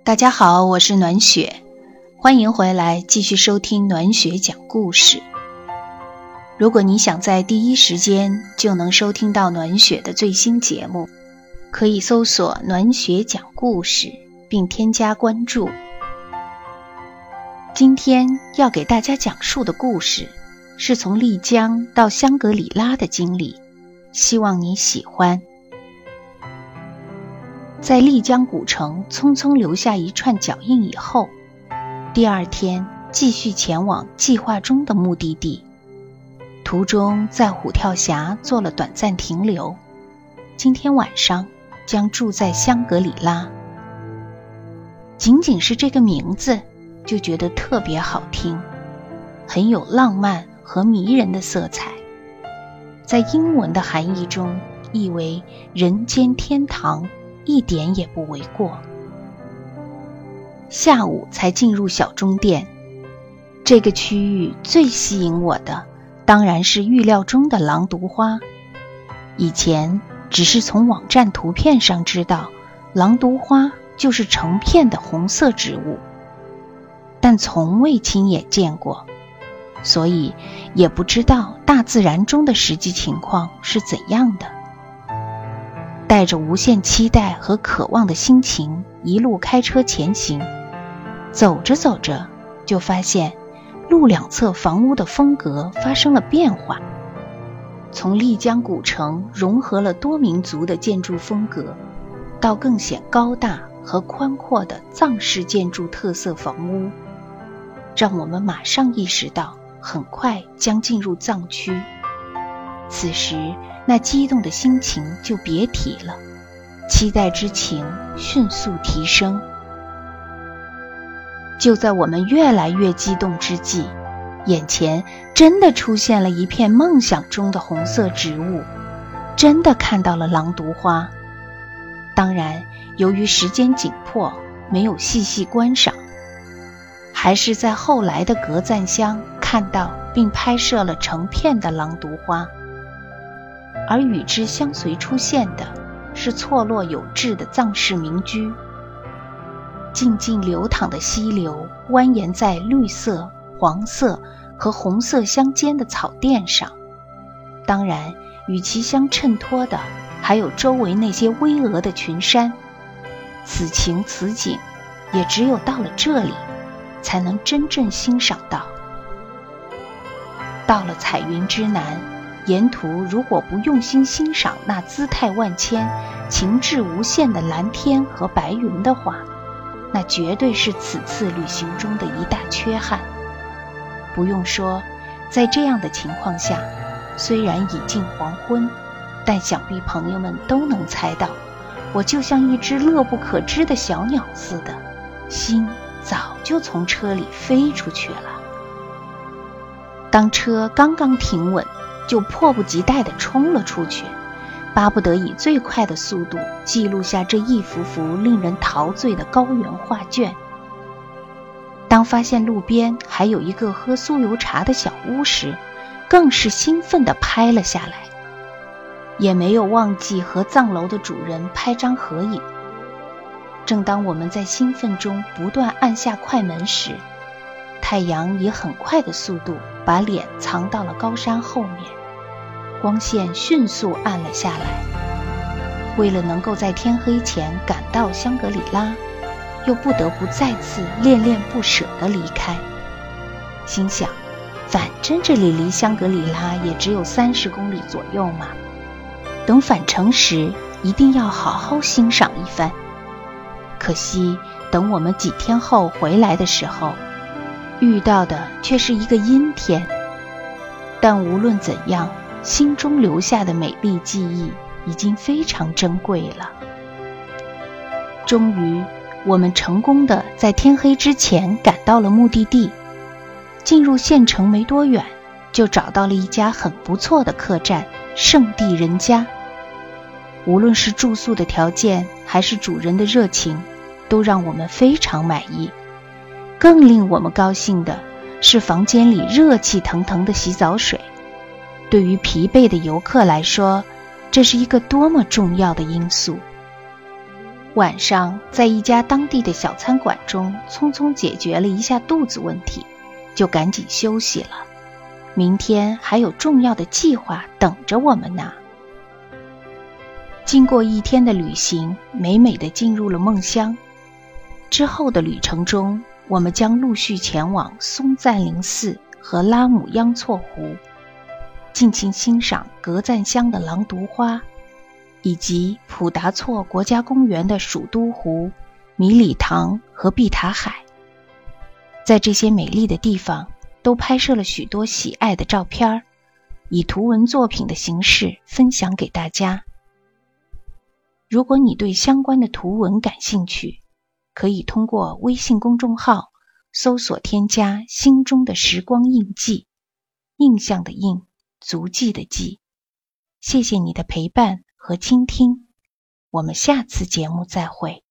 大家好，我是暖雪，欢迎回来继续收听暖雪讲故事。如果你想在第一时间就能收听到暖雪的最新节目，可以搜索暖雪讲故事并添加关注。今天要给大家讲述的故事是从丽江到香格里拉的经历，希望你喜欢。在丽江古城匆匆留下一串脚印以后，第二天继续前往计划中的目的地，途中在虎跳峡做了短暂停留，今天晚上将住在香格里拉。仅仅是这个名字就觉得特别好听，很有浪漫和迷人的色彩，在英文的含义中意为人间天堂，一点也不为过。下午才进入小中殿，这个区域最吸引我的当然是预料中的狼毒花。以前只是从网站图片上知道狼毒花就是成片的红色植物，但从未亲眼见过，所以也不知道大自然中的实际情况是怎样的。带着无限期待和渴望的心情一路开车前行，走着走着就发现路两侧房屋的风格发生了变化，从丽江古城融合了多民族的建筑风格，到更显高大和宽阔的藏式建筑特色房屋，让我们马上意识到很快将进入藏区。此时那激动的心情就别提了，期待之情迅速提升。就在我们越来越激动之际，眼前真的出现了一片梦想中的红色植物，真的看到了狼毒花。当然由于时间紧迫，没有细细观赏，还是在后来的隔赞乡看到并拍摄了成片的狼毒花。而与之相随出现的是错落有致的藏式民居，静静流淌的溪流蜿蜒在绿色、黄色和红色相间的草甸上，当然与其相衬托的还有周围那些巍峨的群山。此情此景也只有到了这里才能真正欣赏到。到了彩云之南，沿途如果不用心欣赏那姿态万千、情致无限的蓝天和白云的话，那绝对是此次旅行中的一大缺憾。不用说，在这样的情况下，虽然已近黄昏，但想必朋友们都能猜到，我就像一只乐不可支的小鸟似的，心早就从车里飞出去了。当车刚刚停稳，就迫不及待地冲了出去，巴不得以最快的速度记录下这一幅幅令人陶醉的高原画卷。当发现路边还有一个喝酥油茶的小屋时，更是兴奋地拍了下来，也没有忘记和藏楼的主人拍张合影。正当我们在兴奋中不断按下快门时，太阳以很快的速度把脸藏到了高山后面，光线迅速暗了下来。为了能够在天黑前赶到香格里拉，又不得不再次恋恋不舍地离开。心想，反正这里离香格里拉也只有30公里左右嘛，等返程时一定要好好欣赏一番。可惜等我们几天后回来的时候，遇到的却是一个阴天。但无论怎样，心中留下的美丽记忆已经非常珍贵了。终于我们成功地在天黑之前赶到了目的地。进入县城没多远，就找到了一家很不错的客栈，圣地人家。无论是住宿的条件还是主人的热情，都让我们非常满意。更令我们高兴的是房间里热气腾腾的洗澡水。对于疲惫的游客来说，这是一个多么重要的因素。 晚上在一家当地的小餐馆中匆匆解决了一下肚子问题，就赶紧休息了。明天还有重要的计划等着我们呢。经过一天的旅行，美美地进入了梦乡。之后的旅程中，我们将陆续前往松赞林寺和拉姆央措湖，尽情欣赏格赞乡的狼毒花，以及普达措国家公园的蜀都湖、米里塘和碧塔海。在这些美丽的地方都拍摄了许多喜爱的照片，以图文作品的形式分享给大家。如果你对相关的图文感兴趣，可以通过微信公众号搜索添加心中的时光印记，印象的印，足迹的迹。谢谢你的陪伴和倾听，我们下次节目再会。